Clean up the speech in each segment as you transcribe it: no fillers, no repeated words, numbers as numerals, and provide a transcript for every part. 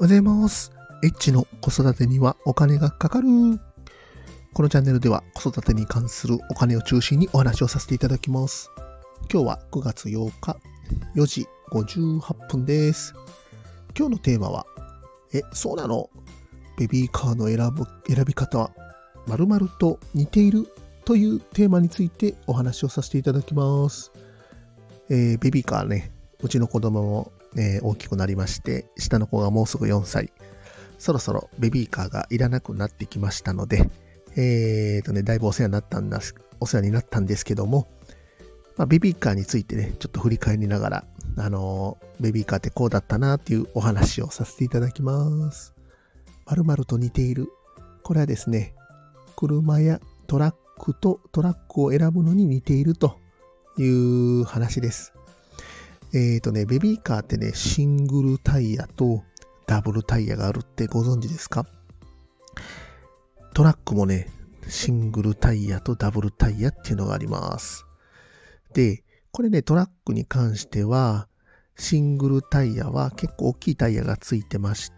おはようございます。エッチの子育てにはお金がかかる。このチャンネルでは子育てに関するお金を中心にお話をさせていただきます。今日は9月8日4時58分です。今日のテーマは、そうなの？ベビーカーの選び方は〇〇と似ているというテーマについてお話をさせていただきます。ベビーカーね、うちの子供も大きくなりまして、下の子がもうすぐ4歳。そろそろベビーカーがいらなくなってきましたので、だいぶお世話になったんですけども、ベビーカーについてね、ちょっと振り返りながら、ベビーカーってこうだったなっていうお話をさせていただきます。〇〇と似ている。これはですね、車やトラックを選ぶのに似ているという話です。ベビーカーってね、シングルタイヤとダブルタイヤがあるってご存知ですか？トラックもね、シングルタイヤとダブルタイヤっていうのがあります。で、これね、トラックに関しては、シングルタイヤは結構大きいタイヤがついてまして、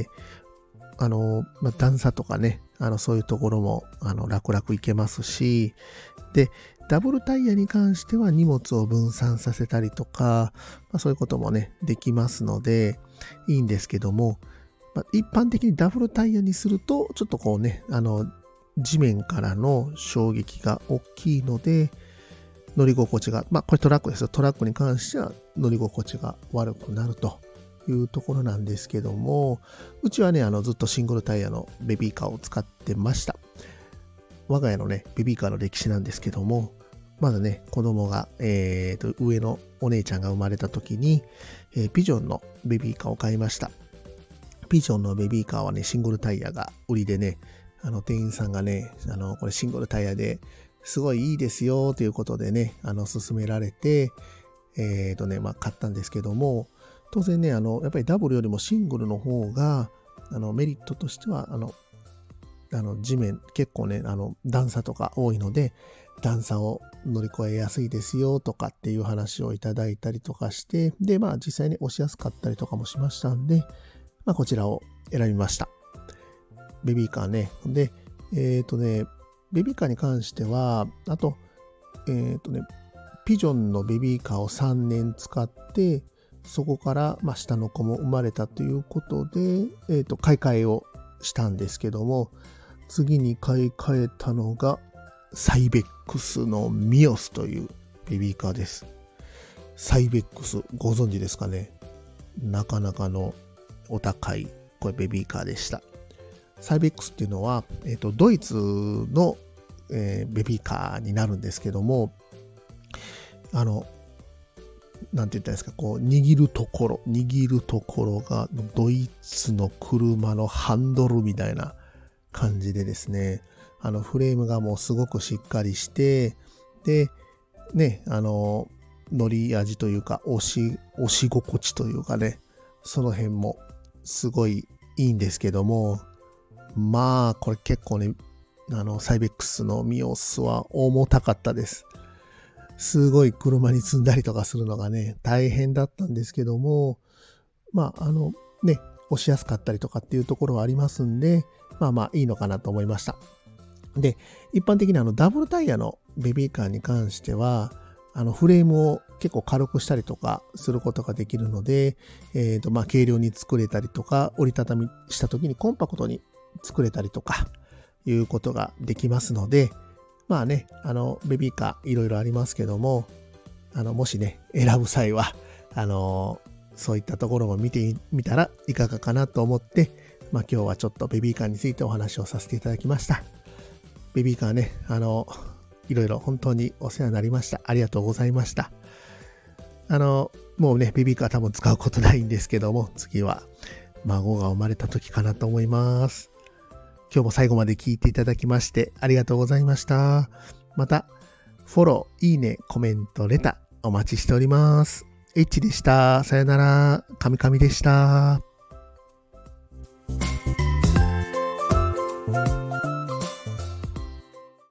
段差とかね、そういうところも、楽々行けますし、で、ダブルタイヤに関しては荷物を分散させたりとか、そういうこともね、できますので、いいんですけども、一般的にダブルタイヤにすると、ちょっとこうね、地面からの衝撃が大きいので、乗り心地が、これトラックですよ。トラックに関しては乗り心地が悪くなるというところなんですけども、うちはね、ずっとシングルタイヤのベビーカーを使ってました。我が家のね、ベビーカーの歴史なんですけども、まずね、子供が、上のお姉ちゃんが生まれた時に、ピジョンのベビーカーを買いました。ピジョンのベビーカーはね、シングルタイヤが売りでね、店員さんがね、これシングルタイヤですごいいいですよということでね、勧められて、買ったんですけども、当然ね、やっぱりダブルよりもシングルの方が、メリットとしては、地面、結構ね、段差とか多いので、段差を乗り越えやすいですよとかっていう話をいただいたりとかして、で、実際に押しやすかったりとかもしましたんで、こちらを選びました。ベビーカーね。で、ベビーカーに関しては、あと、ピジョンのベビーカーを3年使って、そこから、下の子も生まれたということで、買い替えをしたんですけども、次に買い替えたのが、サイベックスのミオスというベビーカーです。サイベックス、ご存知ですかね？なかなかのお高い、これベビーカーでした。サイベックスっていうのは、ドイツの、ベビーカーになるんですけども、なんて言ったらいいですか、こう、握るところが、ドイツの車のハンドルみたいな感じでですね、フレームがもうすごくしっかりして、で、ね、乗り味というか、押し心地というかね、その辺もすごいいいんですけども、これ結構ね、サイベックスのミオスは重たかったです。すごい車に積んだりとかするのがね、大変だったんですけども、押しやすかったりとかっていうところはありますんで、いいのかなと思いました。で、一般的にダブルタイヤのベビーカーに関しては、フレームを結構軽くしたりとかすることができるので、軽量に作れたりとか、折りたたみした時にコンパクトに作れたりとか、いうことができますので、ベビーカーいろいろありますけども、もしね、選ぶ際は、そういったところも見てみたらいかがかなと思って、今日はちょっとベビーカーについてお話をさせていただきました。ベビーカーね、いろいろ本当にお世話になりました。ありがとうございました。もうね、ベビーカー多分使うことないんですけども、次は孫が生まれた時かなと思います。今日も最後まで聞いていただきましてありがとうございました。また、フォロー、いいね、コメント、レターお待ちしております。H でした。さよなら。かみかみでした。